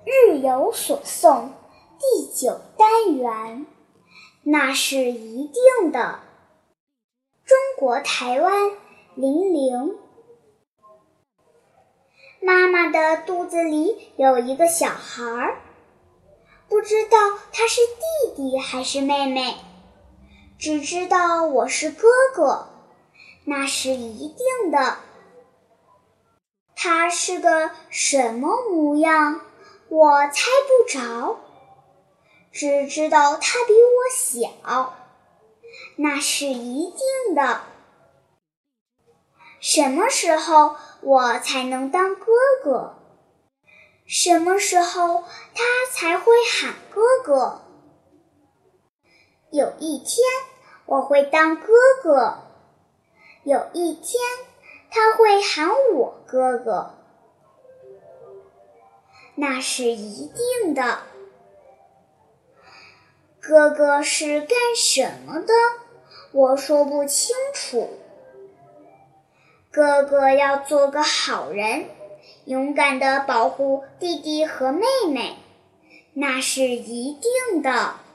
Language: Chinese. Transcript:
日有所诵第9单元，那是一定的。中国台湾00。妈妈的肚子里有一个小孩，不知道他是弟弟还是妹妹，只知道我是哥哥，那是一定的。他是个什么模样，我猜不着，只知道他比我小，那是一定的。什么时候我才能当哥哥？什么时候他才会喊哥哥？有一天我会当哥哥，有一天他会喊我哥哥，那是一定的。哥哥是干什么的？我说不清楚。哥哥要做个好人，勇敢地保护弟弟和妹妹，那是一定的。